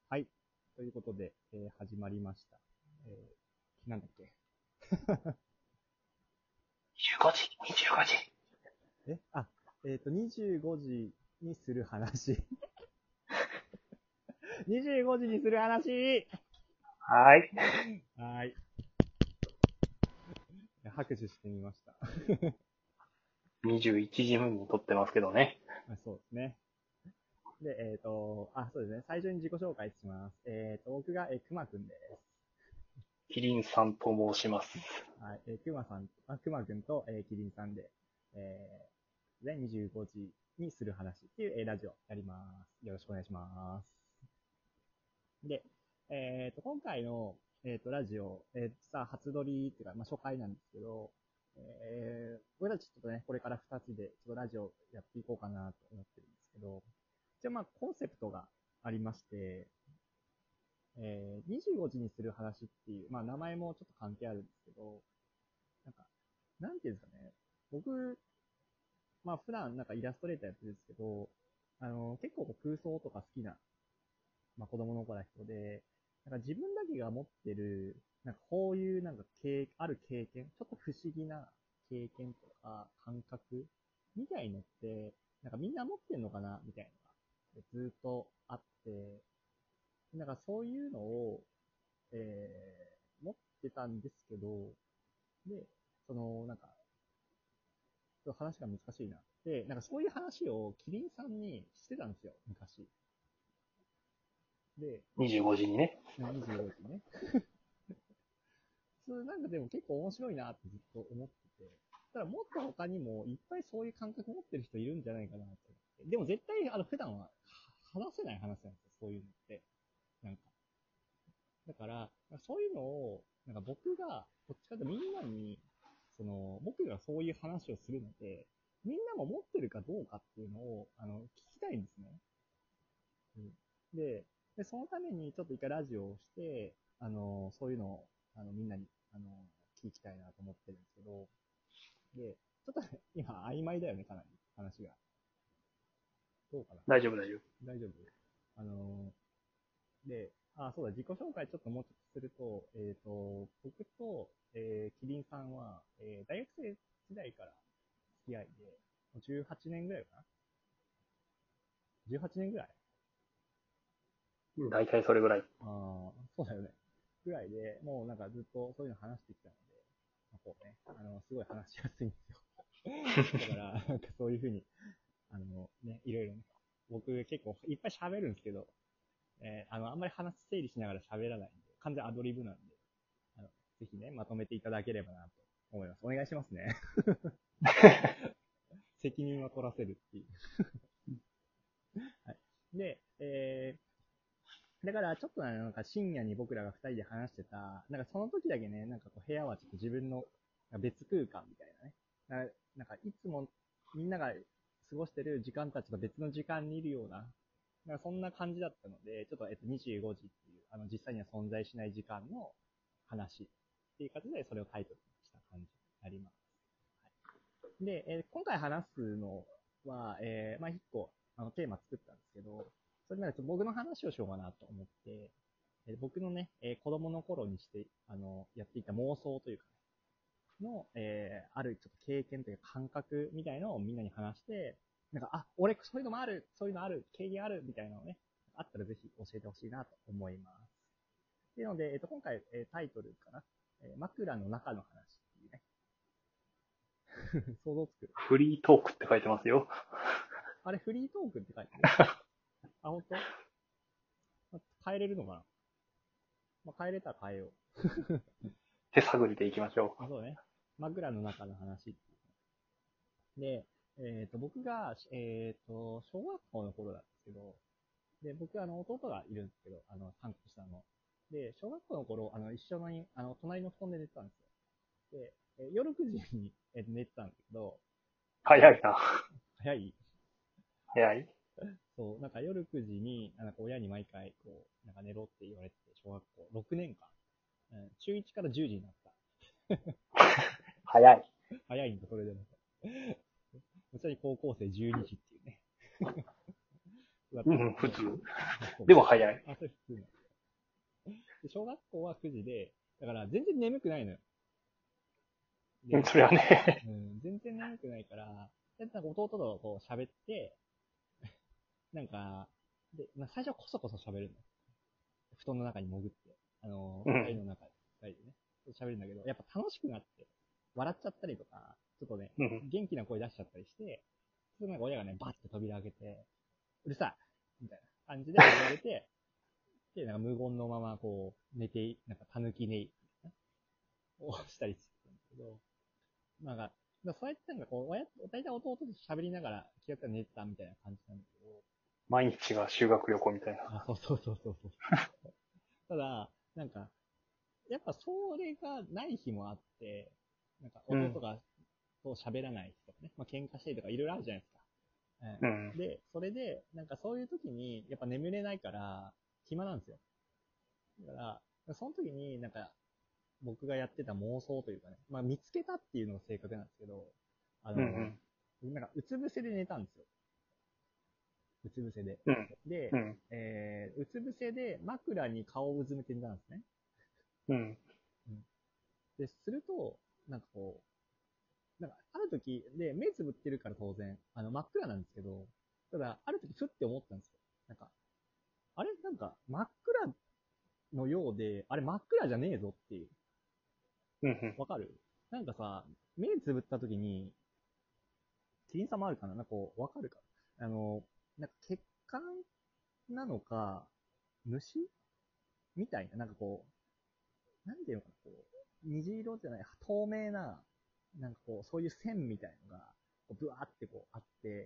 はい。ということで、始まりました。なんだっけ。 25時、25時。 え、あ、25時にする話。25時にする話。 はい。 はい。拍手してみました。 21時分に撮ってますけどね。 そうですね。で、そうですね。最初に自己紹介します。僕が、くまくんです。 キリンさんと申します。 はい。くまくんと、キリンさんで、25時にする話っていう、ラジオやります。よろしくお願いします。で、今回の、ラジオ、さあ、初撮りっていうか、まあ、初回なんですけど、僕たちちょっとね、これから2つで、ちょっとラジオやっていこうかなと思ってるんですけど、じゃあまあ、コンセプトがありまして、25時にする話っていう、まあ、名前もちょっと関係あるんですけど、なんか、なんていうんですかね、僕、まあ、普段なんかイラストレーターやってるんですけど、結構空想とか好きな、まあ、子供の頃の人で、なんか自分だけが持ってる、なんかこういうなんかある経験、ちょっと不思議な経験とか感覚みたいのって、なんかみんな持ってんのかなみたいなのがずっとあって、なんかそういうのを、持ってたんですけど、で、なんか、ちょっと話が難しいな。で、なんかそういう話をキリンさんにしてたんですよ、昔。で、 25時にね。 25時ね。なんかでも結構面白いなってずっと思ってて。ただもっと他にもいっぱいそういう感覚持ってる人いるんじゃないかなと思って。でも絶対普段は話せない話なんですよ、そういうのって。なんか。だから、そういうのを、なんか僕が、どっちかというとみんなに、僕がそういう話をするので、みんなも持ってるかどうかっていうのを、聞きたいんですね。うん、で、そのためにちょっと一回ラジオをして、そういうのを、みんなに、聞きたいなと思ってるんですけど、で、ちょっとね、今、曖昧だよね、かなり、話が。どうかな。 大丈夫、大丈夫。 大丈夫。あのそうだ、自己紹介ちょっともうちょっとすると、僕と、キリンさんは、大学生時代から付き合いで、18年ぐらいかな？ 18 年ぐらい。 大体それぐらい。 そうだよね。ぐらいで、もうなんかずっとそういうの話してきたので、まあ、こうね、すごい話しやすいんですよ。だから、なんかそういうふうに、いろいろね、僕結構いっぱい喋るんですけど、あんまり話整理しながら喋らないんで、完全アドリブなんで、ぜひね、まとめていただければなと思います。お願いしますね。責任は取らせるっていう。はい。で、だからちょっとなんか深夜に僕らが二人で話してた、なんかその時だけね、なんかこう部屋はちょっと自分の別空間みたいなね。なんかいつもみんなが過ごしてる時間とはちょっと別の時間にいるような、なんかそんな感じだったので、ちょっと25時っていう、実際には存在しない時間の話っていう形でそれをタイトルにした感じになります。はい、で、今回話すのは、まあ一個、テーマ作ったんですけど、それならちょっと僕の話をしようかなと思って、僕のね、子供の頃にして、やっていた妄想というかね、あるちょっと経験というか感覚みたいのをみんなに話して、なんか、あ、俺そういうのもある、そういうのある、経験ある、みたいなのをね、あったらぜひ教えてほしいなと思います。っていうので、今回、タイトルかな、枕の中の話っていうね、想像つく。 フリートークって書いてますよ。 あれ、フリートークって書いてる？あ、本当？変えれるのかな？まあ、変えれたら変えよう。 手探りでいきましょあ、そうね。枕の中の話。で、僕が、小学校の頃なんですけど、で、僕、弟がいるんですけど、3個下の。で、小学校の頃、一緒に、隣の布団で寝てたんですよ。で、夜9時に、寝てたんですけど、 う。早いな。 早い？ 早い。 そう、なんか夜9時に、なんか親に毎回、こう、なんか寝ろって言われてて、小学校6年間、中1から10時になった。 早い。 早いんだ、それでも。ちなみに高校生12時っていうね。 うん、普通。でも早い。 あ、それ普通なの。で小学校は9時で、だから全然眠くないのよ。で、 それはね。 全然眠くないから、でなんか弟とこう喋って、なんか、で、最初はこそこそ喋るの。布団の中に潜って、 うん。 二人の中で、二人でね、喋るんだけど、やっぱ楽しくなって、笑っちゃったりとか、ちょっとね、 うん。 元気な声出しちゃったりして、それなんか親がね、バッて扉開けて、うるさいみたいな感じで言われて、で、なんか無言のままこう、寝て、なんか狸寝入りをしたりしてたんだけど、なんか、そうやってなんかこう、大体弟と喋りながら気がついたら寝てたみたいな感じなんだけど、 毎日が修学旅行みたいな。 あ、そう。ただ、なんか、やっぱそれがない日もあって、なんかうん。 弟がと喋らない日とかね、まあ喧嘩したりとかいろいろあるじゃないですか。 うん。 で、それで、なんかそういう時に、やっぱ眠れないから、暇なんですよ。だから、その時になんか、僕がやってた妄想というかね、まあ見つけたっていうのが正確なんですけど、あの、 うん。 なんかうつ伏せで寝たんですよ。うつ伏せで。 うん。 で、 うん。 うつ伏せで枕に顔をうずめて寝たんですね。 うん。 うん、で、すると、なんかこう、なんかある時、で、目つぶってるから当然、真っ暗なんですけど、ただ、ある時ふって思ったんですよ。なんか、あれなんか、真っ暗のようで、あれ真っ暗じゃねえぞっていう。 うん。 わかる？なんかさ、目つぶった時に、キリンさんもあるかななんかこう、わかるか？なんか血管なのか、虫みたいな、なんかこう、なんていうのかな、こう、虹色じゃない、透明な、なんかこう、そういう線みたいのが、ブワーってこうあって、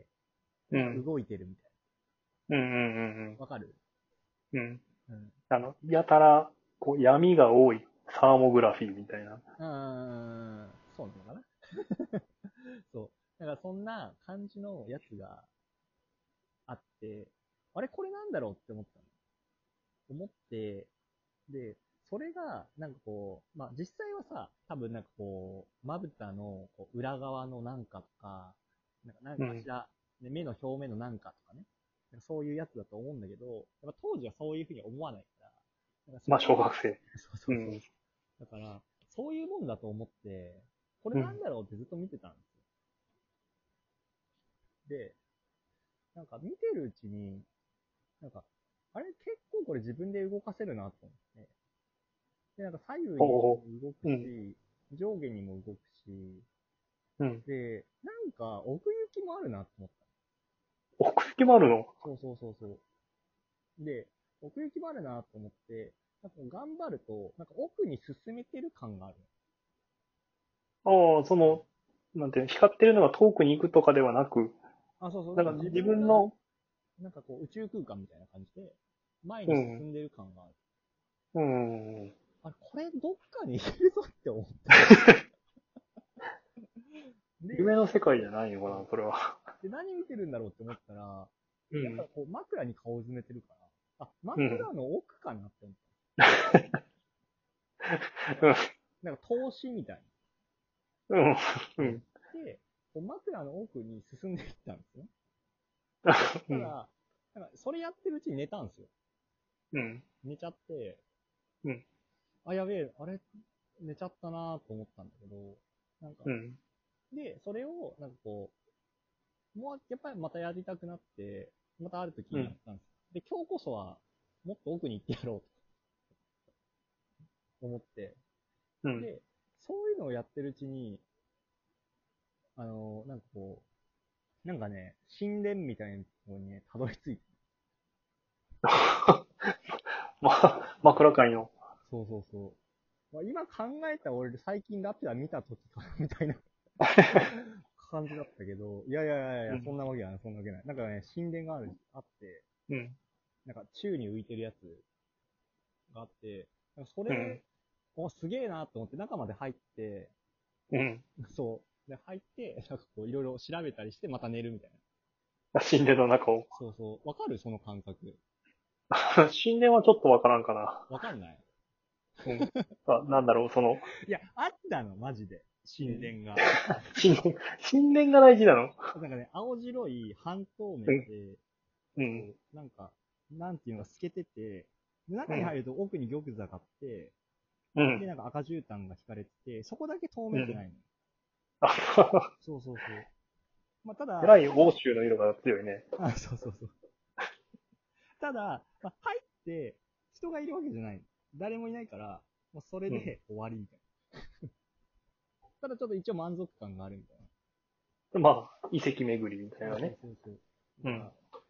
なんかうん。 動いてるみたいうん。うん。 な。わかる？ うん。 うん。 やたら、こう、闇が多いサーモグラフィーみたいな。 そうなのかな。そう。だからそんな感じのやつがあって、あれこれなんだろうって思ったの。思って、で、それが、なんかこう、まあ、実際はさ、多分なんかこう、まぶたのこう裏側のなんかとか、なんうん。 かしら、ね、目の表面のなんかとかね、なんかそういうやつだと思うんだけど、やっぱ当時はそういうふうに思わないから、なんかまあ、 そういう、 小学生。 そう。 うん。 だから、そういうもんだと思って、これうん。 なんだろうってずっと見てたんですよ。で、なんか見てるうちに、なんか、あれ結構これ自分で動かせるなと思って、で、なんか左右にもほ動くう。うん。 し、上下にも動くし、 うん。 で、なんか奥行きもあるなと思った。 奥行きもあるの？ そう。で、奥行きもあるなと思って、なんか頑張ると、なんか奥に進めてる感がある。 ああ、なんていうの、光ってるのが遠くに行くとかではなく、 あ、そう、なんかなんか自分が、 自分の、 なんかこう宇宙空間みたいな感じで、前にうん。 進んでる感がある。 うん。 あれ、これどっかにいるぞって思ったの。で、 夢の世界じゃないのかな、それは。 で、何見てるんだろうって思ったら、やっぱうん。 こう枕に顔をうずめてるから、あ、 うん。 枕の奥かなって思った。 うん。 なんか投資みたいな。 うん。うそう。 ん。 で、こう枕の奥に進んでいったんですね。 うん。 ただ、なんかそれやってるうちに寝たんですよ。 うん。 寝ちゃって、 うん。 あ、やべえ、あれ、寝ちゃったなと思ったんだけど、なんか、 うん。 で、それを、なんかこう、もう、やっぱりまたやりたくなって、またある時うん。 にやったんです。で、今日こそは、もっと奥に行ってやろうと思って、 うん。 で、そういうのをやってるうちに、なんかこう、なんかね、神殿みたいなところにね、たどり着いて、 枕界の。 そう。まあ、今考えたら俺最近ラピュタ見た時かな、みたいな感じだったけど、いや、そうん。 んなわけない、そんなわけない。なんかね、神殿があって、 うん。 なんか宙に浮いてるやつがあって、なんかそうん。 れ、お、すげえなと思って中まで入って、 うん。 そう。で、入って、なんかこういろいろ調べたりしてまた寝るみたいな。 神殿の中を。 そう。わかるその感覚。 神殿はちょっとわからんかな。 わかんない？ うん。なんだろう、 いや、あったの、マジで。神うん。 殿が。 神殿、神殿が大事なの？ なんかね、青白い半透明うん。 で、 うん。 なんか、なんていうのが透けてて、で中に入ると奥に玉座があって、で、 うん。 なんか赤絨毯が引かれてて、そこだけ透うん。 明じゃないの。 あ、 そうそうそう。まあ、ただ、 えらい欧州の色が強いね。 あ、そうそうそう。ただ、まあ、入って、人がいるわけじゃない。誰もいないから、もうそれうん。 で終わりみたいな。ただちょっと一応満足感があるみたいな。 まあ、遺跡巡りみたいあ、そうなね。 そうそう。 うん。 だから、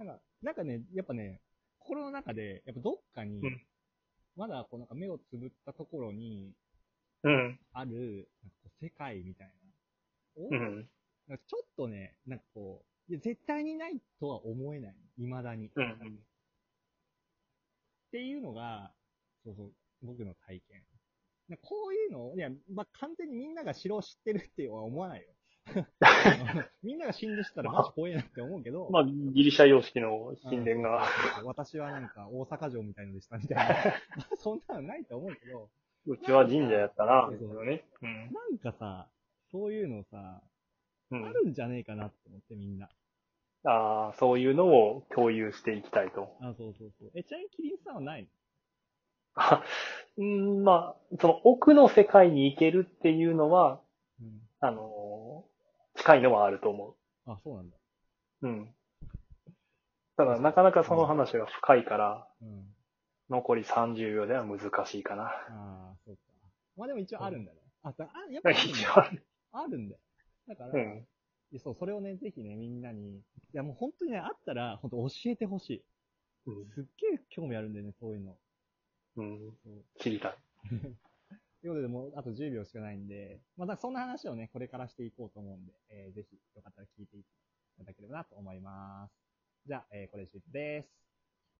なんかね、やっぱね、心の中で、やっぱどっかに、 うん。 まだこうなんか目をつぶったところにうん。 ある、なんかこう世界みたいな。 うん。 なんかちょっとね、なんかこう、いや、絶対にないとは思えない。未だに。っうん。 ていうのが、そうそう、僕の体験。こういうのを、いや、まあ、完全にみんなが城を知ってるっては思わないよ。みんなが死んでしたらまあ、 マジ怖えなって思うけど、 まあ、ギリシャ様式の神殿そうそが。 うそうそう。私はなんか大阪城みたいのでしたみたいな。そんなのないと思うけど、 うちなんは神社やか、 ったな、 そうそう。 みたいなね。うん。 なんかさ、そういうのさ、あうん。 るんじゃねえかなって思ってみんな。 ああ、そういうのを共有していきたいと。 あ、そうそうそう。ちなみにキリンさんはないあうん、まあ、その奥の世界に行けるっていうのは、 の？うん。 あの近いのはあると思あ、そうなんだ。 う。うん。ただ、 そうそう。 なかなかそのうん。 話が深いから、 うん。 残り30秒では難しいかな。 ああ、そうか。まあでも一応うん。 あるんだね。やっぱあるんだ。 一応、 あるんだよ。だから、 うん。 そう、それをね、ぜひね、みんなに、いやもう本当にね、あったら、本当教えてほしい。 うん。 すっげえ興味あるんだよね、そういうの。 うん。 そう。 知りたい。 ということで、もうあと10秒しかないんで、またそんな話をね、これからしていこうと思うんで、ぜひよかったら聞いていただければなと思います。じゃあ、これで終了です。